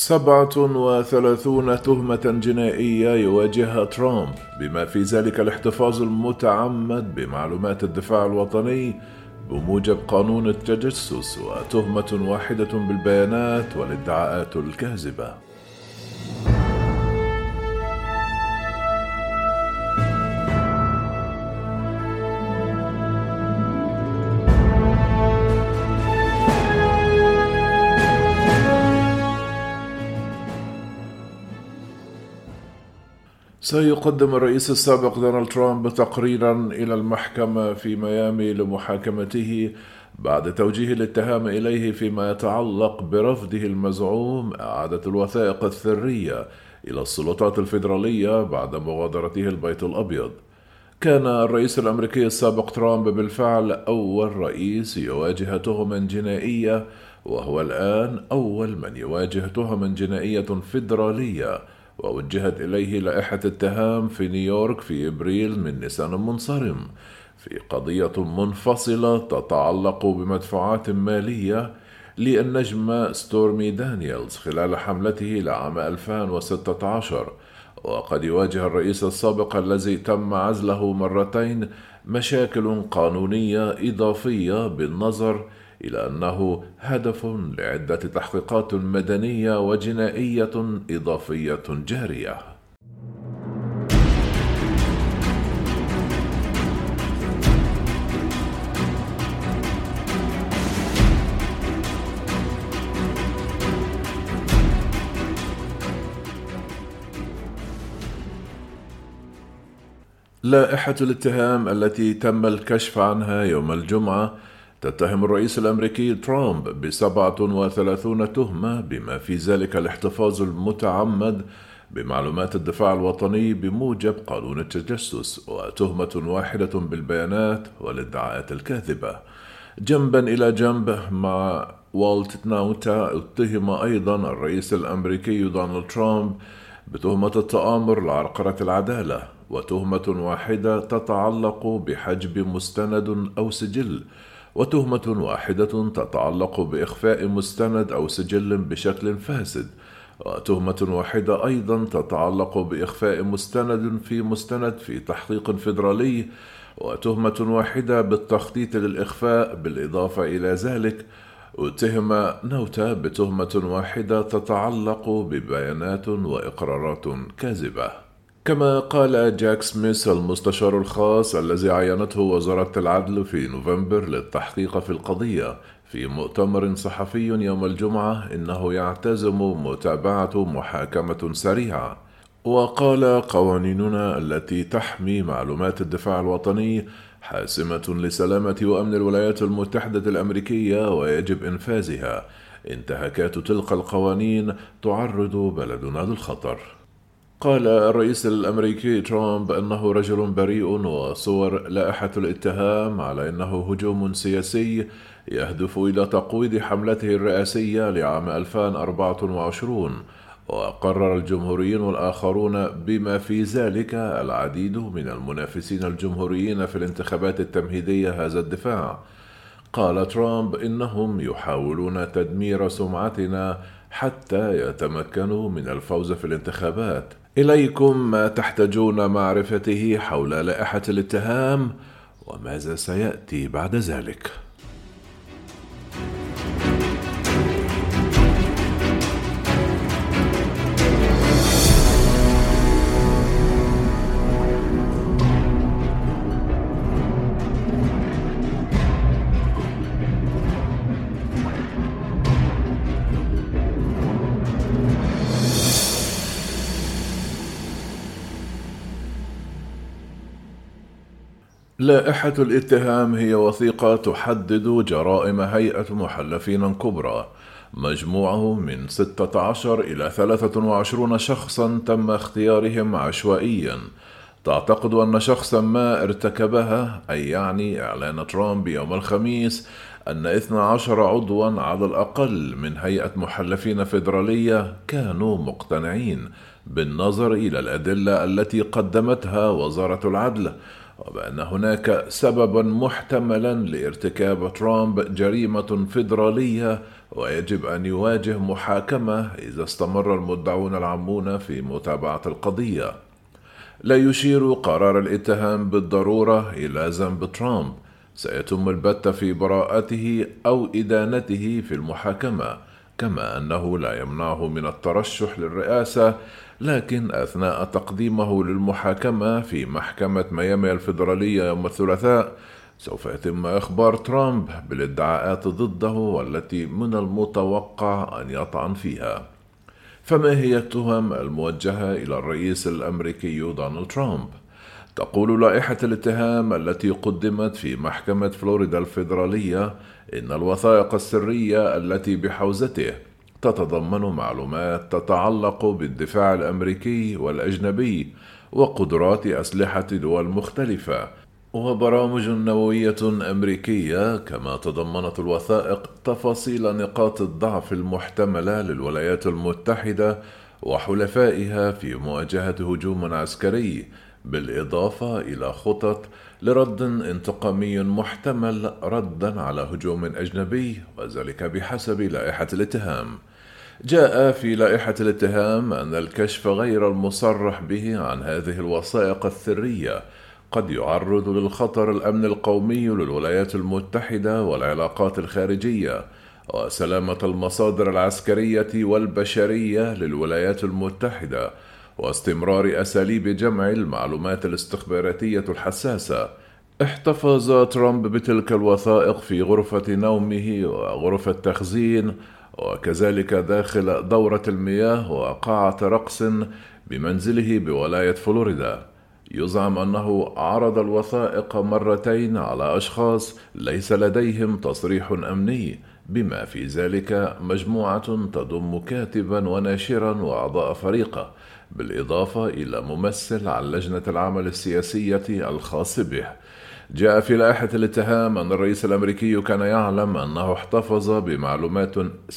37 تهمة جنائية يواجهها ترامب، بما في ذلك الاحتفاظ المتعمد بمعلومات الدفاع الوطني بموجب قانون التجسس، وتهمة واحدة بالبيانات والادعاءات الكاذبة. سيقدم الرئيس السابق دونالد ترامب تقريرا إلى المحكمة في ميامي لمحاكمته بعد توجيه الاتهام إليه فيما يتعلق برفضه المزعوم إعادة الوثائق السرية إلى السلطات الفيدرالية بعد مغادرته البيت الأبيض. كان الرئيس الأمريكي السابق ترامب بالفعل أول رئيس يواجه تهما جنائية، وهو الآن أول من يواجه تهما جنائية فيدرالية، ووجهت إليه لائحة اتهام في نيويورك في إبريل من نيسان منصرم في قضية منفصلة تتعلق بمدفوعات مالية للنجمة ستورمي دانييلز خلال حملته لعام 2016. وقد يواجه الرئيس السابق الذي تم عزله مرتين مشاكل قانونية إضافية، بالنظر إلى أنه هدف لعدة تحقيقات مدنية وجنائية إضافية جارية. لائحة الاتهام التي تم الكشف عنها يوم الجمعة تتهم الرئيس الأمريكي ترامب ب37 تهمة، بما في ذلك الاحتفاظ المتعمد بمعلومات الدفاع الوطني بموجب قانون التجسس، وتهمة واحدة بالبيانات والادعاءات الكاذبة. جنبا إلى جنب مع والت ناوتا، اتهم أيضا الرئيس الأمريكي دونالد ترامب بتهمة التآمر لعرقلة العدالة، وتهمة واحدة تتعلق بحجب مستند أو سجل، وتهمة واحدة تتعلق بإخفاء مستند أو سجل بشكل فاسد، وتهمة واحدة أيضا تتعلق بإخفاء مستند في تحقيق فيدرالي، وتهمة واحدة بالتخطيط للإخفاء. بالإضافة إلى ذلك اتهم نوتا بتهمة واحدة تتعلق ببيانات وإقرارات كاذبة. كما قال جاك سميث المستشار الخاص الذي عينته وزارة العدل في نوفمبر للتحقيق في القضية في مؤتمر صحفي يوم الجمعة إنه يعتزم متابعة محاكمة سريعة. وقال: قوانيننا التي تحمي معلومات الدفاع الوطني حاسمة لسلامة وأمن الولايات المتحدة الأمريكية ويجب إنفاذها. انتهاكات تلك القوانين تعرض بلدنا للخطر. قال الرئيس الأمريكي ترامب أنه رجل بريء، وصور لائحة الاتهام على أنه هجوم سياسي يهدف إلى تقويض حملته الرئاسية لعام 2024. وقرر الجمهوريين والآخرون بما في ذلك العديد من المنافسين الجمهوريين في الانتخابات التمهيدية هذا الدفاع. قال ترامب: إنهم يحاولون تدمير سمعتنا حتى يتمكنوا من الفوز في الانتخابات. إليكم ما تحتاجون معرفته حول لائحة الاتهام وماذا سيأتي بعد ذلك. لائحة الاتهام هي وثيقة تحدد جرائم هيئة محلفين كبرى، مجموعه من 16 إلى 23 شخصا تم اختيارهم عشوائيا. تعتقد أن شخصا ما ارتكبها، أي يعني إعلان ترامب يوم الخميس أن 12 عضوا على الأقل من هيئة محلفين فيدرالية كانوا مقتنعين بالنظر إلى الأدلة التي قدمتها وزارة العدل، وبأن هناك سببا محتملا لارتكاب ترامب جريمة فيدرالية ويجب أن يواجه محاكمة إذا استمر المدعون العامون في متابعة القضية. لا يشير قرار الاتهام بالضرورة إلى ذنب ترامب، سيتم البت في براءته أو إدانته في المحاكمة، كما أنه لا يمنعه من الترشح للرئاسة، لكن أثناء تقديمه للمحاكمة في محكمة ميامي الفيدرالية يوم الثلاثاء سوف يتم إخبار ترامب بالادعاءات ضده والتي من المتوقع أن يطعن فيها. فما هي التهم الموجهة إلى الرئيس الأمريكي دونالد ترامب؟ تقول لائحة الاتهام التي قدمت في محكمة فلوريدا الفيدرالية إن الوثائق السرية التي بحوزته تتضمن معلومات تتعلق بالدفاع الأمريكي والأجنبي وقدرات أسلحة دول مختلفة وبرامج نووية أمريكية، كما تضمنت الوثائق تفاصيل نقاط الضعف المحتملة للولايات المتحدة وحلفائها في مواجهة هجوم عسكري، بالإضافة إلى خطط لرد انتقامي محتمل ردا على هجوم أجنبي، وذلك بحسب لائحة الاتهام. جاء في لائحة الاتهام أن الكشف غير المصرح به عن هذه الوثائق السرية قد يعرض للخطر الأمن القومي للولايات المتحدة والعلاقات الخارجية وسلامة المصادر العسكرية والبشرية للولايات المتحدة واستمرار أساليب جمع المعلومات الاستخباراتية الحساسة. احتفظ ترامب بتلك الوثائق في غرفة نومه وغرفة تخزين، وكذلك داخل دورة المياه وقاعة رقص بمنزله بولاية فلوريدا. يزعم أنه عرض الوثائق مرتين على أشخاص ليس لديهم تصريح أمني، بما في ذلك مجموعة تضم كاتبا وناشرا وأعضاء فريقه، بالإضافة إلى ممثل عن لجنة العمل السياسية الخاص به. جاء في لائحة الاتهام أن الرئيس الأمريكي كان يعلم أنه احتفظ بمعلومات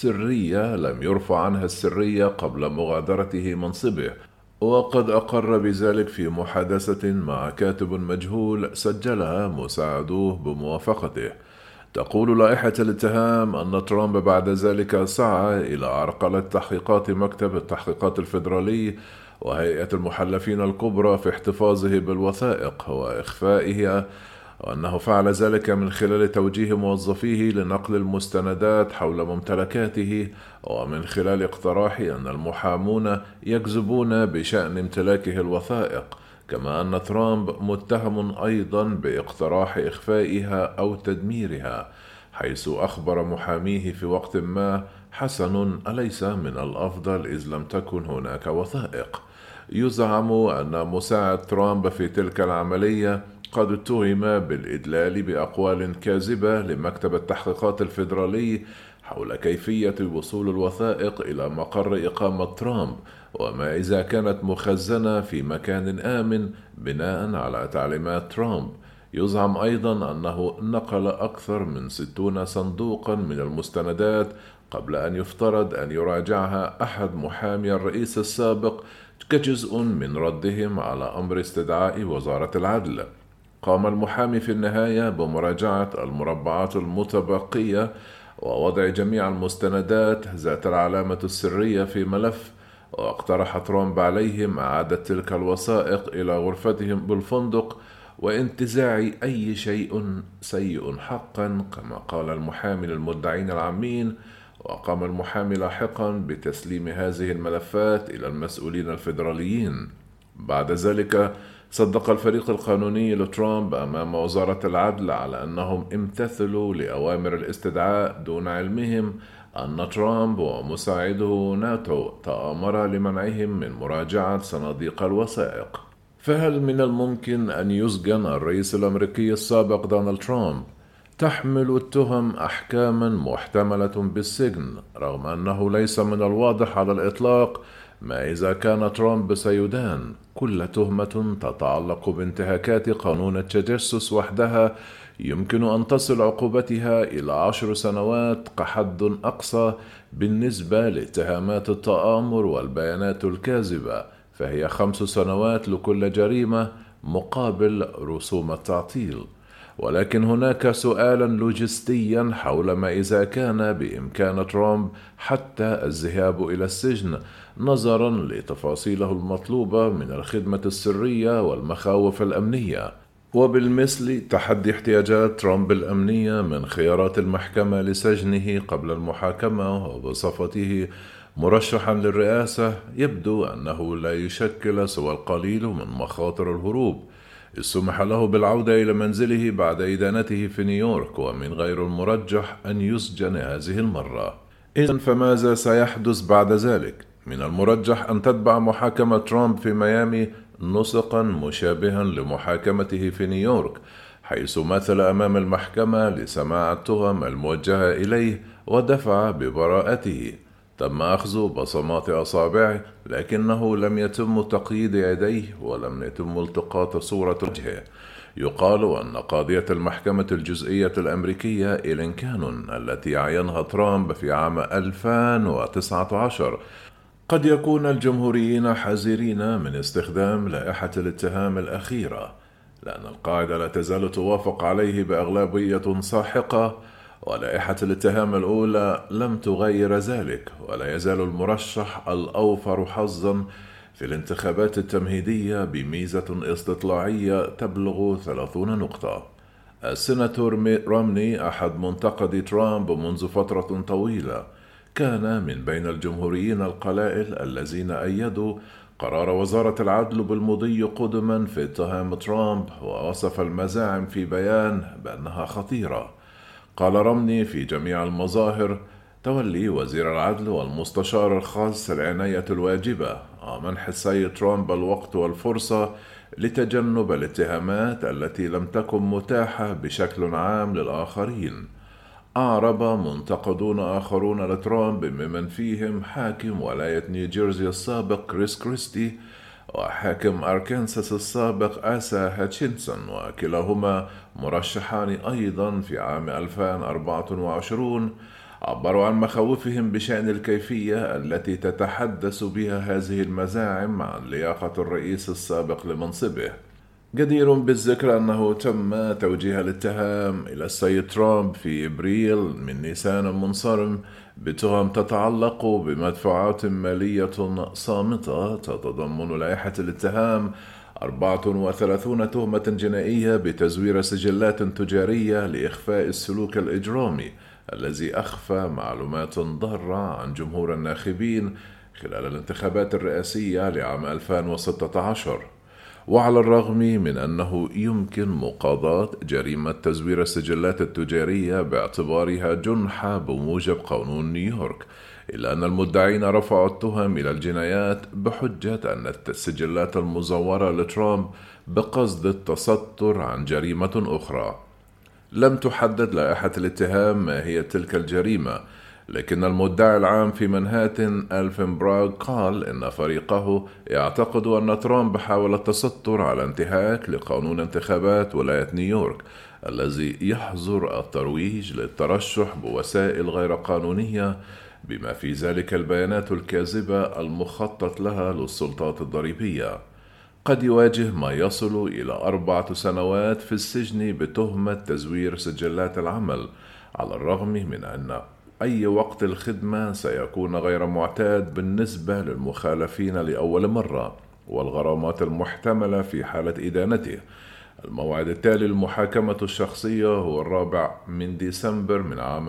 سرية لم يرفع عنها السرية قبل مغادرته منصبه، وقد أقر بذلك في محادثة مع كاتب مجهول سجلها مساعدوه بموافقته. تقول لائحة الاتهام أن ترامب بعد ذلك سعى إلى عرقلة تحقيقات مكتب التحقيقات الفيدرالي وهيئة المحلفين الكبرى في احتفاظه بالوثائق وإخفائها، وأنه فعل ذلك من خلال توجيه موظفيه لنقل المستندات حول ممتلكاته، ومن خلال اقتراح أن المحامون يكذبون بشأن امتلاكه الوثائق، كما أن ترامب متهم أيضا باقتراح إخفائها أو تدميرها، حيث أخبر محاميه في وقت ما: حسن، أليس من الأفضل إذ لم تكن هناك وثائق؟ يزعم أن مساعد ترامب في تلك العملية قد اتهم بالإدلال بأقوال كاذبة لمكتب التحقيقات الفيدرالي حول كيفية وصول الوثائق إلى مقر إقامة ترامب، وما إذا كانت مخزنة في مكان آمن بناء على تعليمات ترامب. يزعم أيضا أنه نقل أكثر من 60 صندوقا من المستندات قبل أن يفترض أن يراجعها أحد محامي الرئيس السابق كجزء من ردهم على أمر استدعاء وزارة العدل. قام المحامي في النهاية بمراجعة المربعات المتبقية ووضع جميع المستندات ذات العلامة السرية في ملف، واقترح ترامب عليهم إعادة تلك الوثائق إلى غرفتهم بالفندق وانتزاع أي شيء سيء حقا، كما قال المحامي للمدعين العامين. وقام المحامي لاحقا بتسليم هذه الملفات إلى المسؤولين الفيدراليين. بعد ذلك صدق الفريق القانوني لترامب أمام وزارة العدل على أنهم امتثلوا لأوامر الاستدعاء دون علمهم أن ترامب ومساعده ناتو تآمرا لمنعهم من مراجعة صناديق الوثائق. فهل من الممكن أن يسجن الرئيس الأمريكي السابق دونالد ترامب؟ تحمل التهم أحكاما محتملة بالسجن، رغم أنه ليس من الواضح على الإطلاق ما إذا كان ترامب سيدان. كل تهمة تتعلق بانتهاكات قانون التجسس وحدها يمكن أن تصل عقوبتها إلى 10 سنوات كحد أقصى، بالنسبة لاتهامات التآمر والبيانات الكاذبة فهي 5 سنوات لكل جريمة مقابل رسوم التعطيل. ولكن هناك سؤالا لوجستيا حول ما إذا كان بإمكان ترامب حتى الذهاب إلى السجن نظرا لتفاصيله المطلوبة من الخدمة السرية والمخاوف الأمنية، وبالمثل تحدي احتياجات ترامب الأمنية من خيارات المحكمة لسجنه قبل المحاكمة. وبصفته مرشحا للرئاسة يبدو أنه لا يشكل سوى القليل من مخاطر الهروب، إذ سمح له بالعودة إلى منزله بعد إدانته في نيويورك، ومن غير المرجح أن يسجن هذه المرة. إذن فماذا سيحدث بعد ذلك؟ من المرجح أن تتبع محاكمة ترامب في ميامي نسقا مشابها لمحاكمته في نيويورك، حيث مثل أمام المحكمة لسماع التهم الموجهة إليه ودفع ببراءته. تم أخذ بصمات أصابعه، لكنه لم يتم تقييد يديه ولم يتم التقاط صورة وجهه. يقال أن قاضية المحكمة الجزئية الأمريكية إيلين كانون التي عينها ترامب في عام 2019 قد يكون الجمهوريين حذرين من استخدام لائحة الاتهام الأخيرة، لأن القاعدة لا تزال توافق عليه بأغلبية ساحقة، ولائحة الاتهام الأولى لم تغير ذلك، ولا يزال المرشح الأوفر حظا في الانتخابات التمهيدية بميزة استطلاعية تبلغ 30 نقطة. السيناتور رامني أحد منتقدي ترامب منذ فترة طويلة كان من بين الجمهوريين القلائل الذين أيدوا قرار وزارة العدل بالمضي قدما في اتهام ترامب، ووصف المزاعم في بيان بأنها خطيرة. قال رامني في جميع المظاهر تولي وزير العدل والمستشار الخاص العناية الواجبة ومنح السيد ترامب الوقت والفرصة لتجنب الاتهامات التي لم تكن متاحة بشكل عام للآخرين. أعرب منتقدون آخرون لترامب ممن فيهم حاكم ولاية نيوجيرسي السابق كريس كريستي وحاكم أركنساس السابق آسا هاتشنسون، وكلاهما مرشحان أيضا في عام 2024، عبروا عن مخاوفهم بشأن الكيفية التي تتحدث بها هذه المزاعم عن لياقة الرئيس السابق لمنصبه. جدير بالذكر أنه تم توجيه الاتهام إلى السيد ترامب في إبريل من نيسان المنصرم بتهم تتعلق بمدفوعات مالية صامتة تتضمن لائحة الاتهام 34 تهمة جنائية بتزوير سجلات تجارية لإخفاء السلوك الإجرامي الذي أخفى معلومات ضارة عن جمهور الناخبين خلال الانتخابات الرئاسية لعام 2016. وعلى الرغم من أنه يمكن مقاضاة جريمة تزوير السجلات التجارية باعتبارها جنحة بموجب قانون نيويورك، إلا أن المدعين رفعوا التهم إلى الجنايات بحجة أن السجلات المزورة لترامب بقصد التستر عن جريمة أخرى. لم تحدد لائحة الاتهام ما هي تلك الجريمة، لكن المدعي العام في منهاتن ألفين براغ قال إن فريقه يعتقد أن ترامب حاول التستر على انتهاك لقانون انتخابات ولاية نيويورك الذي يحظر الترويج للترشح بوسائل غير قانونية، بما في ذلك البيانات الكاذبة المخطط لها للسلطات الضريبية. قد يواجه ما يصل إلى 4 سنوات في السجن بتهمة تزوير سجلات العمل، على الرغم من أن أي وقت الخدمة سيكون غير معتاد بالنسبة للمخالفين لأول مرة، والغرامات المحتملة في حالة إدانته. الموعد التالي للمحاكمة الشخصية هو 4 ديسمبر من عام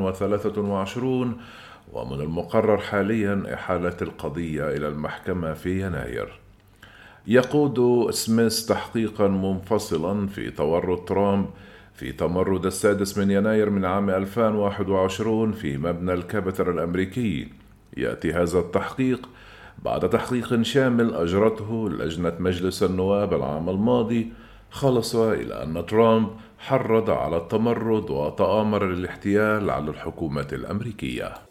2023، ومن المقرر حاليا إحالة القضية إلى المحكمة في يناير. يقود سميث تحقيقا منفصلا في تورط ترامب في تمرد 6 يناير من عام 2021 في مبنى الكابيتال الأمريكي. يأتي هذا التحقيق بعد تحقيق شامل أجرته لجنة مجلس النواب العام الماضي، خلص إلى أن ترامب حرض على التمرد وتآمر للاحتيال على الحكومة الأمريكية.